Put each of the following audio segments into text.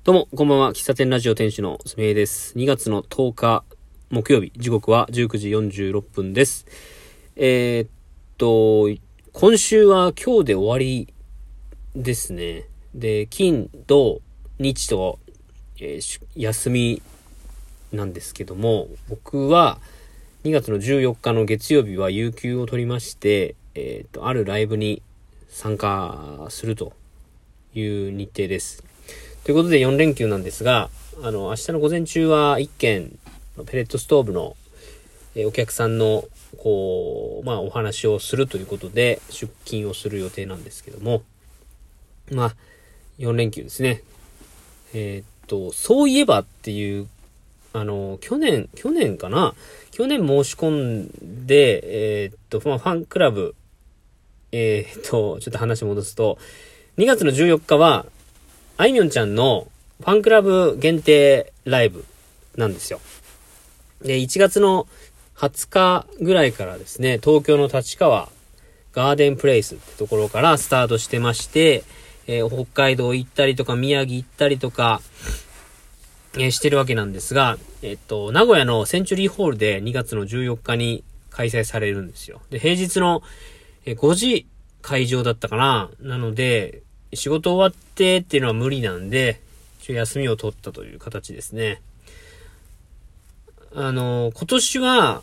どうも、こんばんは。喫茶店ラジオ店主のすみえです。2月の10日木曜日、時刻は19時46分です。今週は今日で終わりですね。で、金、土、日と、休みなんですけども、僕は2月の14日の月曜日は有給を取りまして、あるライブに参加するという日程です。ということで4連休なんですが、明日の午前中は1軒ペレットストーブのお客さんのお話をするということで出勤をする予定なんですけども、4連休ですね。そういえばっていう、去年かな、去年申し込んで、ファンクラブ、ちょっと話戻すと、2月の14日は、あいみょんちゃんのファンクラブ限定ライブなんですよ。で、1月の20日ぐらいからですね、東京の立川ガーデンプレイスってところからスタートしてまして、北海道行ったりとか宮城行ったりとか、してるわけなんですが、名古屋のセンチュリーホールで2月の14日に開催されるんですよ。で、平日の5時会場だったかな。なので、仕事終わってっていうのは無理なんで、休みを取ったという形ですね。今年は、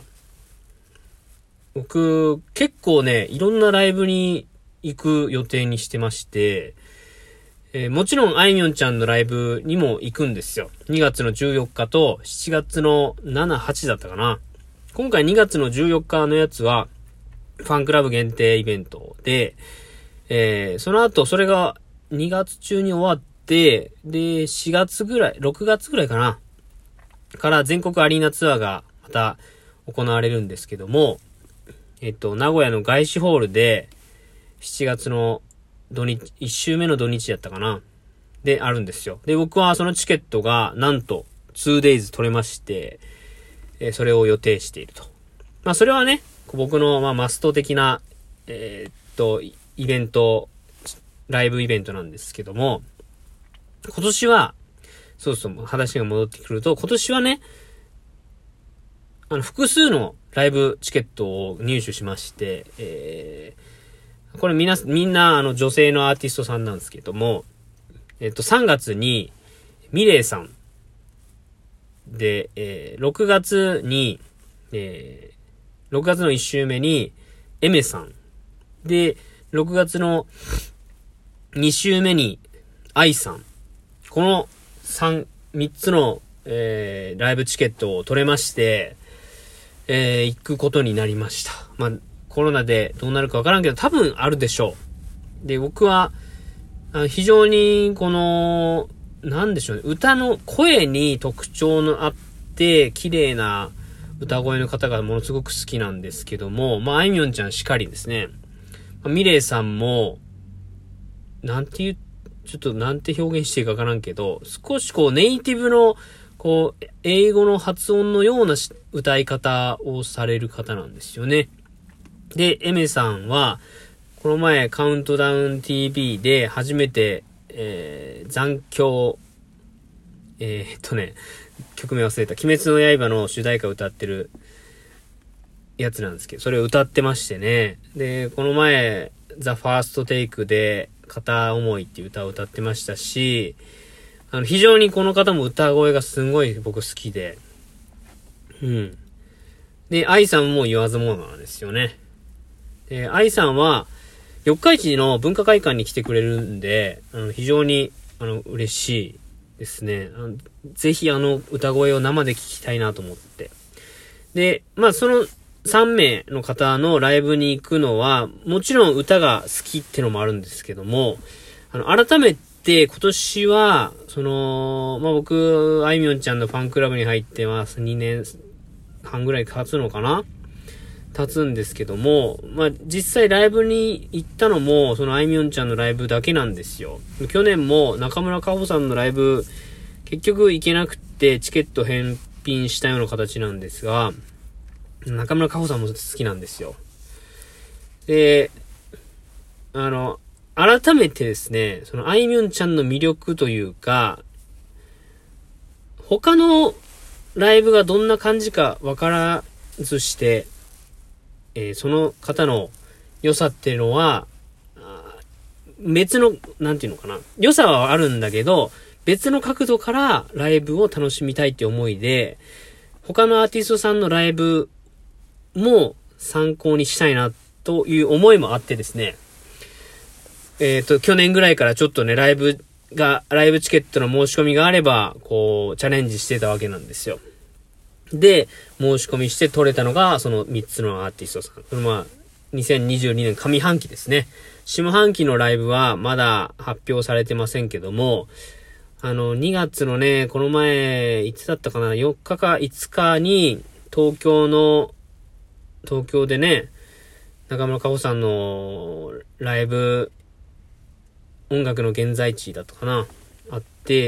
僕、結構ね、いろんなライブに行く予定にしてまして、もちろん、あいみょんちゃんのライブにも行くんですよ。2月の14日と7月の7、8だったかな。今回2月の14日のやつは、ファンクラブ限定イベントで、その後、それが2月中に終わって、で、4月ぐらい、6月ぐらいかな。から全国アリーナツアーがまた行われるんですけども、名古屋の外資ホールで、7月の土日、1週目の土日やったかな。で、あるんですよ。で、僕はそのチケットが、なんと、2days 取れまして、それを予定していると。それはね、僕の、マスト的な、イベント、ライブイベントなんですけども、今年は、話が戻ってくると、今年はね、複数のライブチケットを入手しまして、これみんな女性のアーティストさんなんですけども、3月にミレイさんで、6月に、6月の1週目にエメさんで、6月の2週目にアイさん、この3つの、ライブチケットを取れまして、行くことになりました。コロナでどうなるかわからんけど、多分あるでしょう。で、僕は、非常に、なんでしょうね、歌の声に特徴のあって、綺麗な歌声の方がものすごく好きなんですけども、あいみょんちゃんしかりですね。ミレイさんも、ちょっとなんて表現していいかわからんけど、少しネイティブの、英語の発音のような歌い方をされる方なんですよね。で、エメさんは、この前、カウントダウン TV で初めて、残響、曲名忘れた、鬼滅の刃の主題歌を歌ってるやつなんですけど、それを歌ってましてね。で、この前、The First Take で、片思いっていう歌を歌ってましたし、非常にこの方も歌声がすごい僕好きで、で、愛さんも言わずもがななんですよね。で、愛さんは、四日市の文化会館に来てくれるんで、非常に、嬉しいですね。ぜひ歌声を生で聞きたいなと思って。で、その3名の方のライブに行くのは、もちろん歌が好きってのもあるんですけども、改めて今年は、僕、あいみょんちゃんのファンクラブに入ってます。2年半ぐらい経つのかな？経つんですけども、実際ライブに行ったのも、そのあいみょんちゃんのライブだけなんですよ。去年も中村佳穂さんのライブ、結局行けなくてチケット返品したような形なんですが、中村佳穂さんも好きなんですよ。で、改めてですね、そのあいみょんちゃんの魅力というか、 他のライブがどんな感じかわからずして、その方の良さっていうのは、別の、なんていうのかな。良さはあるんだけど、別の角度からライブを楽しみたいって思いで、他のアーティストさんのライブも参考にしたいなという思いもあってですね。去年ぐらいからちょっとね、ライブチケットの申し込みがあれば、こう、チャレンジしてたわけなんですよ。で、申し込みして取れたのが、その3つのアーティストさん。まあ、2022年上半期ですね。下半期のライブはまだ発表されてませんけども、2月のね、この前、いつだったかな、4日か5日に、東京でね、中村佳穂さんのライブ、音楽の現在地だったかな、あって、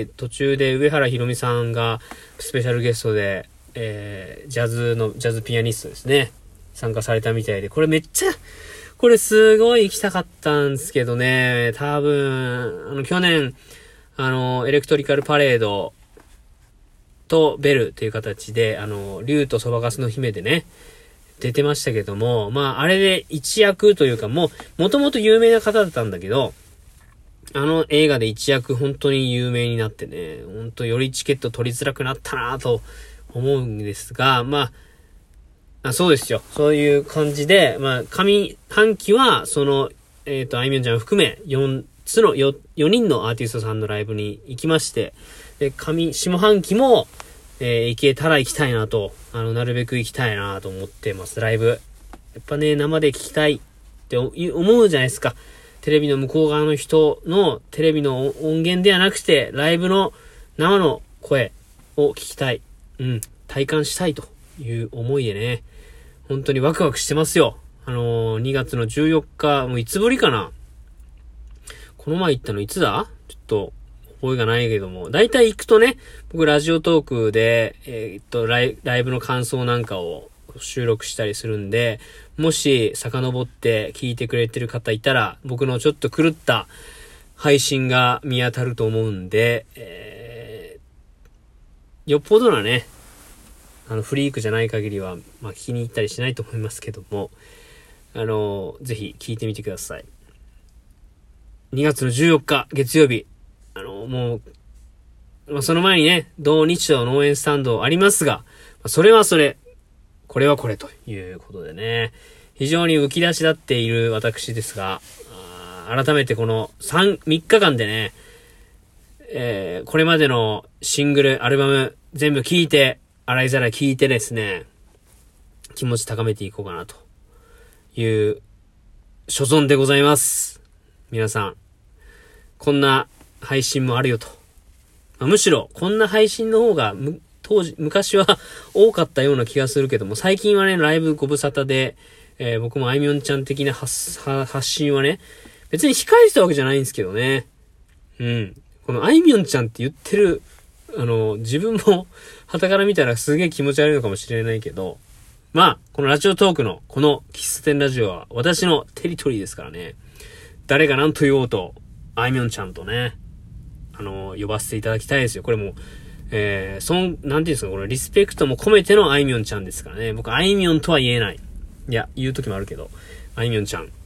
途中で上原ひろみさんがスペシャルゲストで、ジャズピアニストですね、参加されたみたいで、これすごい行きたかったんですけどね、多分、去年、エレクトリカルパレードとベルという形で、竜とそばかすの姫でね、出てましたけども、まあ、あれで一躍というか、もともと有名な方だったんだけど、映画で一躍本当に有名になってね、本当よりチケット取りづらくなったなと思うんですが、まあ、そうですよ。そういう感じで、まあ、上半期は、あいみょんちゃん含め、4人のアーティストさんのライブに行きまして、で、下半期も、行けたら行きたいなと、なるべく行きたいなと思ってます、ライブ。やっぱね、生で聞きたいって思うじゃないですか。テレビの向こう側の人のテレビの音源ではなくて、ライブの生の声を聞きたい。体感したいという思いでね、本当にワクワクしてますよ。2月の14日、もういつぶりかな。この前行ったのいつだ？ちょっと覚えがないけども、だいたい行くとね、僕ラジオトークで、ライブの感想なんかを収録したりするんで、もし遡って聞いてくれてる方いたら、僕のちょっと狂った配信が見当たると思うんで、よっぽどなね、フリークじゃない限りは、まあ、聞きに行ったりしないと思いますけども、ぜひ聞いてみてください。2月の14日、月曜日。もう、まあ、その前にね、同日と農園スタンドありますが、それはそれ、これはこれということでね、非常に浮き出し立っている私ですが、改めてこの3日間でね、これまでのシングル、アルバム、全部聴いて、洗いざらい聴いてですね、気持ち高めていこうかなという所存でございます。皆さん、こんな配信もあるよと。むしろ、こんな配信の方が、昔は多かったような気がするけども、最近はね、ライブご無沙汰で、僕もあいみょんちゃん的な発信はね、別に控えてたわけじゃないんですけどね。このあいみょんちゃんって言ってる、自分も、傍から見たらすげえ気持ち悪いのかもしれないけど、まあ、このラジオトークの、この喫茶店ラジオは、私のテリトリーですからね。誰が何と言おうと、あいみょんちゃんとね、呼ばせていただきたいですよ。これも、なんていうんですか、これリスペクトも込めてのあいみょんちゃんですからね。僕、あいみょんとは言えない。いや、言う時もあるけど、あいみょんちゃん。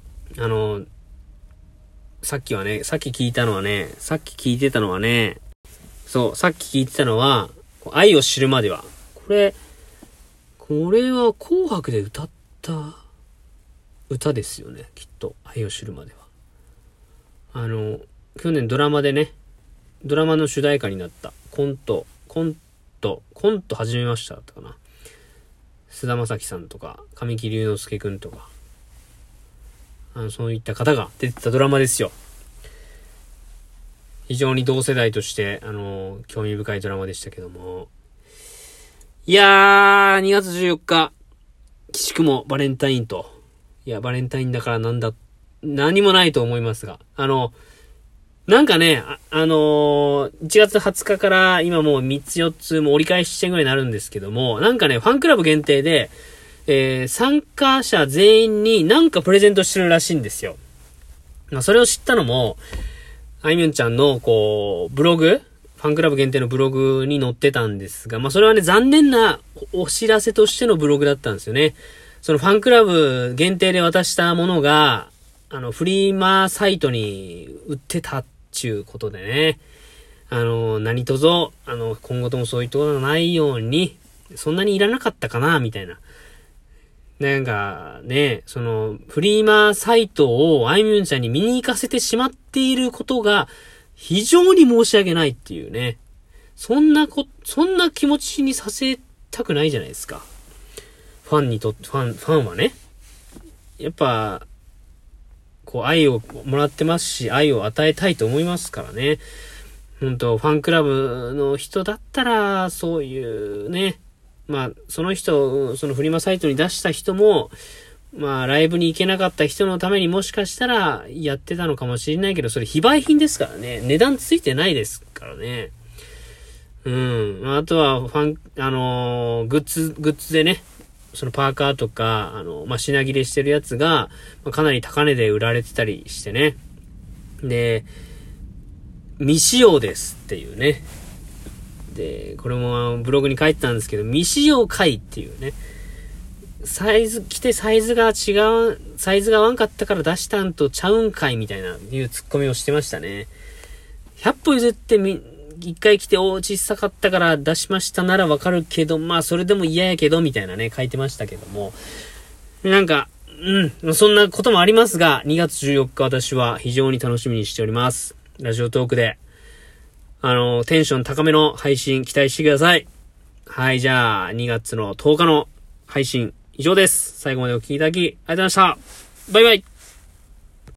さっき聞いてたのはね、愛を知るまでは。これは紅白で歌った歌ですよね、きっと。愛を知るまでは。去年ドラマの主題歌になったコント始めましただったかな。菅田将暉さんとか、神木隆之介くんとか、そういった方が出てたドラマですよ。非常に同世代として、興味深いドラマでしたけども。いやー、2月14日、きしくもバレンタインと。いや、バレンタインだから何もないと思いますが。なんかね、1月20日から今もう3つ4つも折り返し地点ぐらいになるんですけども、なんかね、ファンクラブ限定で、参加者全員になんかプレゼントしてるらしいんですよ。まあ、それを知ったのも、あいみょんちゃんの、ブログ、フファンクラブ限定のブログに載ってたんですが、まあそれはね、残念なお知らせとしてのブログだったんですよね。そのファンクラブ限定で渡したものが、フリマサイトに売ってたっちゅうことでね。何卒、今後ともそういうことがないように、そんなにいらなかったかな、みたいな。なんかね、その、フリマサイトをあいみょんちゃんに見に行かせてしまっていることが、非常に申し訳ないっていうね。そんな気持ちにさせたくないじゃないですか。ファンはね。やっぱ、こう愛をもらってますし、愛を与えたいと思いますからね。本当ファンクラブの人だったら、そういうね、まあ、そのフリマサイトに出した人も、まあ、ライブに行けなかった人のためにもしかしたらやってたのかもしれないけど、それ非売品ですからね。値段ついてないですからね。あとは、グッズでね、そのパーカーとか、まあ、品切れしてるやつが、まあ、かなり高値で売られてたりしてね。で、未使用ですっていうね。で、これもブログに書いてたんですけど、未使用回っていうね。サイズが合わんかったから出したんとちゃうんかいみたいないうツッコミをしてましたね。100歩譲って一回来て小さかったから出しましたならわかるけど、まあそれでも嫌やけどみたいなね、書いてましたけども。なんか、そんなこともありますが、2月14日私は非常に楽しみにしております。ラジオトークで。テンション高めの配信期待してください。はい、じゃあ、2月の10日の配信以上です。最後までお聞きいただき、ありがとうございました。バイバイ。